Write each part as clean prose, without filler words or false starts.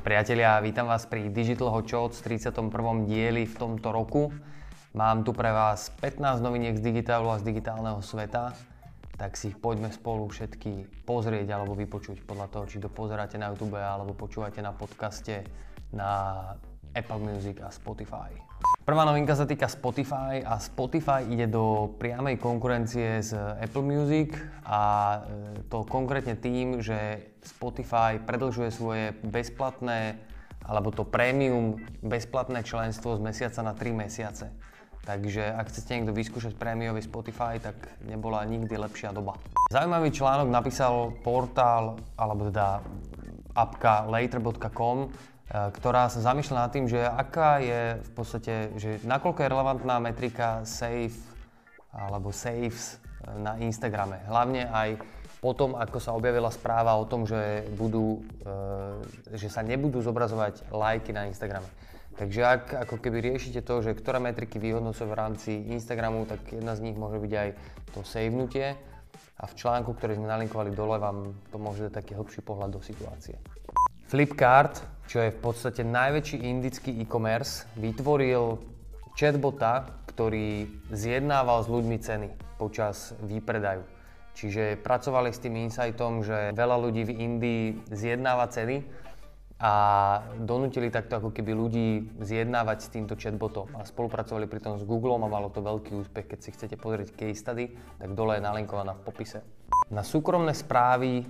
Priatelia, vítam vás pri Digital Hot Shots 31. dieli v tomto roku. Mám tu pre vás 15 noviniek z digitálu a z digitálneho sveta, tak si ich poďme spolu všetky pozrieť alebo vypočuť podľa toho, či to pozeráte na YouTube alebo počúvate na podcaste na Apple Music a Spotify. Prvá novinka sa týka Spotify a Spotify ide do priamej konkurencie s Apple Music a to konkrétne tým, že Spotify predĺžuje svoje bezplatné alebo to premium bezplatné členstvo z mesiaca na 3 mesiace. Takže ak chcete niekto vyskúšať prémiový Spotify, tak nebola nikdy lepšia doba. Zaujímavý článok napísal portál alebo teda apka later.com, ktorá sa zamýšľa nad tým, že aká je v podstate, že nakoľko je relevantná metrika save alebo saves na Instagrame. Hlavne aj potom, ako sa objavila správa o tom, že sa nebudú zobrazovať lajky na Instagrame. Takže ak ako keby riešite to, že ktoré metriky vyhodnocujú v rámci Instagramu, tak jedna z nich môže byť aj to savenutie. A v článku, ktorý sme nalinkovali dole, vám to môže dať taký hlbší pohľad do situácie. Flipkart, čo je v podstate najväčší indický e-commerce, vytvoril chatbota, ktorý zjednával s ľuďmi ceny počas výpredaju. Čiže pracovali s tým insightom, že veľa ľudí v Indii zjednáva ceny a donútili takto ako keby ľudí zjednávať s týmto chatbotom. A spolupracovali pritom s Googlom a malo to veľký úspech. Keď si chcete pozrieť case study, tak dole je nalinkovaná v popise. Na súkromné správy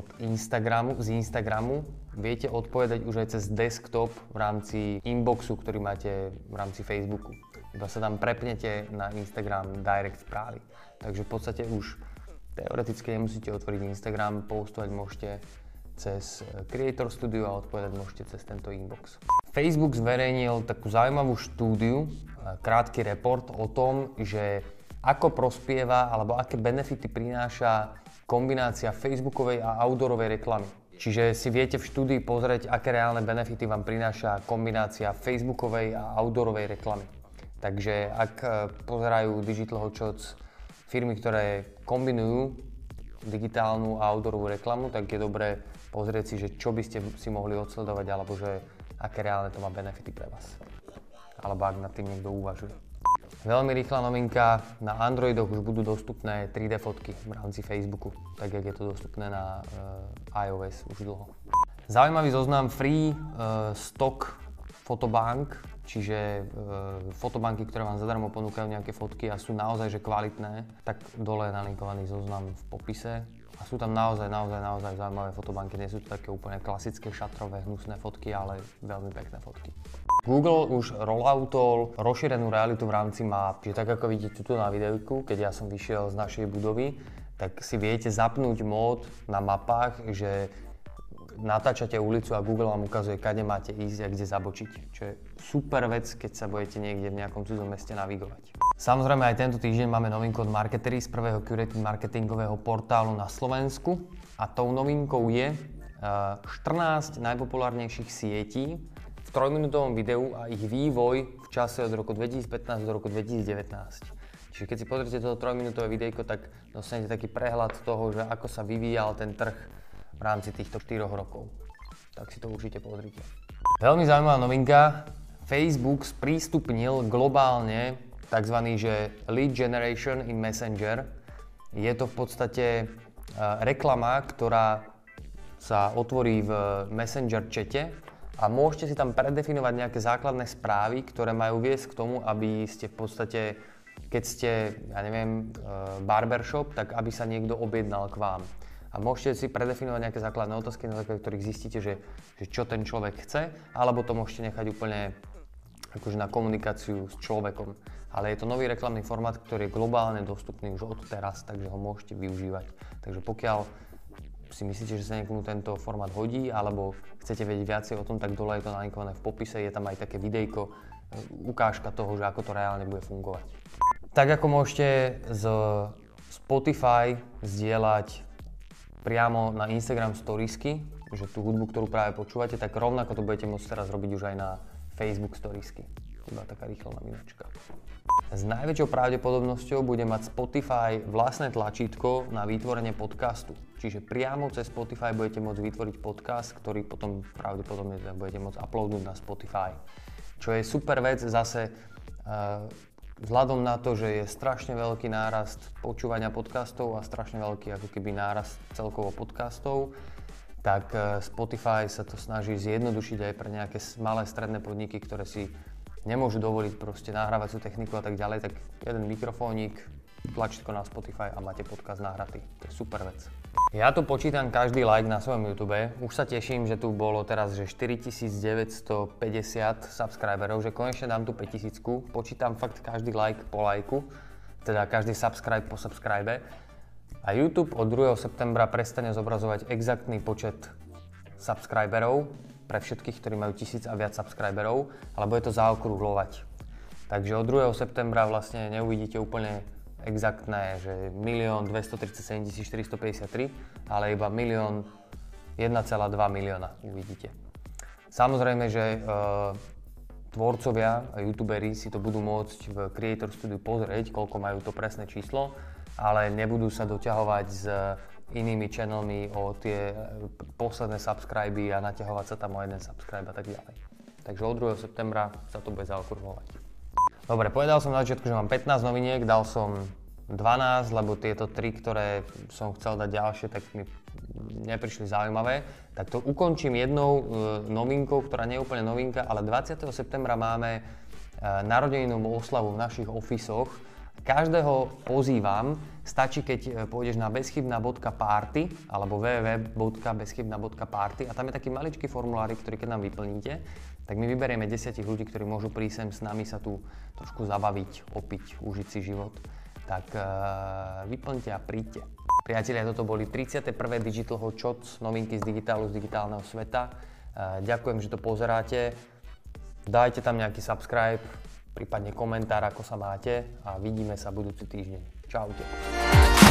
z Instagramu viete odpovedať už aj cez desktop v rámci inboxu, ktorý máte v rámci Facebooku. Iba sa tam prepnete na Instagram direct správy. Takže v podstate už teoreticky nemusíte otvoriť Instagram, postovať môžete cez Creator Studio a odpovedať môžete cez tento inbox. Facebook zverejnil takú zaujímavú štúdiu, krátky report o tom, že ako prospieva alebo aké benefity prináša kombinácia facebookovej a outdoorovej reklamy. Čiže si viete v štúdii pozrieť, aké reálne benefity vám prináša kombinácia facebookovej a outdoorovej reklamy. Takže ak pozerajú Digital Hot Shots firmy, ktoré kombinujú digitálnu a outdoorovú reklamu, tak je dobré pozrieť si, že čo by ste si mohli odsledovať, alebo že aké reálne to má benefity pre vás. Alebo ak nad tým niekto uvažuje. Veľmi rýchla novinka, na Androidoch už budú dostupné 3D fotky v rámci Facebooku, tak jak je to dostupné na iOS už dlho. Zaujímavý zoznam free stock fotobank, čiže fotobanky, ktoré vám zadarmo ponúkajú nejaké fotky a sú naozaj že kvalitné, tak dole je nalinkovaný zoznam v popise. A sú tam naozaj zaujímavé fotobanky, nie sú to také úplne klasické šatrové, hnusné fotky, ale veľmi pekné fotky. Google už rolloutol rozšírenú realitu v rámci map. Čiže tak ako vidíte tuto na videjku, keď ja som vyšiel z našej budovy, tak si viete zapnúť mód na mapách, že natáčate ulicu a Google vám ukazuje, kade máte ísť a kde zabočiť. Čo je super vec, keď sa budete niekde v nejakom cudzom meste navigovať. Samozrejme aj tento týždeň máme novinku od Marketery z prvého curated marketingového portálu na Slovensku. A tou novinkou je 14 najpopulárnejších sietí v 3-minútovom videu a ich vývoj v čase od roku 2015 do roku 2019. Čiže keď si pozrite toto 3-minútové videjko, tak dostanete taký prehľad toho, že ako sa vyvíjal ten trh v rámci týchto 4 rokov. Tak si to určite pozrite. Veľmi zaujímavá novinka. Facebook sprístupnil globálne tzv. Lead generation in Messenger. Je to v podstate reklama, ktorá sa otvorí v Messenger chate a môžete si tam predefinovať nejaké základné správy, ktoré majú viesť k tomu, aby ste v podstate, keď ste, barbershop, tak aby sa niekto objednal k vám. A môžete si predefinovať nejaké základné otázky, na základe ktorých zistíte, že čo ten človek chce, alebo to môžete nechať úplne akože na komunikáciu s človekom. Ale je to nový reklamný formát, ktorý je globálne dostupný už od teraz, takže ho môžete využívať. Takže pokiaľ si myslíte, že sa niekomu tento formát hodí, alebo chcete vedieť viacej o tom, tak dole je to nalinkované v popise, je tam aj také videjko, ukážka toho, že ako to reálne bude fungovať. Tak ako môžete z Spotify zdieľať priamo na Instagram storiesky, že tú hudbu, ktorú práve počúvate, tak rovnako to budete môcť teraz robiť už aj na Facebook storiesky. Iba taká rýchla nominačka. S najväčšou pravdepodobnosťou bude mať Spotify vlastné tlačítko na vytvorenie podcastu. Čiže priamo cez Spotify budete môcť vytvoriť podcast, ktorý potom pravdepodobne budete môcť uploadnúť na Spotify. Čo je super vec zase vzhľadom na to, že je strašne veľký nárast počúvania podcastov a strašne veľký ako keby nárast celkovo podcastov, tak Spotify sa to snaží zjednodušiť aj pre nejaké malé stredné podniky, ktoré si nemôžu dovoliť proste nahrávacú techniku a tak ďalej, tak jeden mikrofónik, tlačítko na Spotify a máte podcast nahratý. To je super vec. Ja tu počítam každý like na svojom YouTube. Už sa teším, že tu bolo teraz že 4950 subscriberov, že konečne dám tu 5000. Počítam fakt každý like po lajku, teda každý subscribe po subscribe. A YouTube od 2. septembra prestane zobrazovať exaktný počet subscriberov pre všetkých, ktorí majú 1000 a viac subscriberov, ale bude to zaokrúhľovať. Takže od 2. septembra vlastne neuvidíte úplne exaktné, že 1 237 453, ale iba 1,2 milióna uvidíte. Samozrejme, že tvorcovia a youtuberi si to budú môcť v Creator Studio pozrieť, koľko majú to presné číslo, ale nebudú sa doťahovať s inými channelmi o tie posledné subscriby a naťahovať sa tam o jeden subscribe a tak ďalej. Takže od 2. septembra sa to bude zaokrúhľovať. Dobre, povedal som na začiatku, že mám 15 noviniek, dal som 12, lebo tieto 3, ktoré som chcel dať ďalšie, tak mi neprišli zaujímavé. Tak to ukončím jednou novinkou, ktorá nie je úplne novinka, ale 20. septembra máme narodeninovú oslavu v našich ofisoch. Každého pozývam, stačí keď pôjdeš na bezchybna.party alebo www.bezchybna.party a tam je taký maličký formulárik, ktorý keď nám vyplníte, tak my vyberieme 10 ľudí, ktorí môžu prísť sem s nami sa tu trošku zabaviť, opiť, užiť si život. Tak vyplňte a príďte. Priatelia, toto boli 31. Digital Hot Shots, novinky z digitálu, z digitálneho sveta. Ďakujem, že to pozeráte. Dajte tam nejaký subscribe, prípadne komentár, ako sa máte a vidíme sa budúci týždeň. Čaute.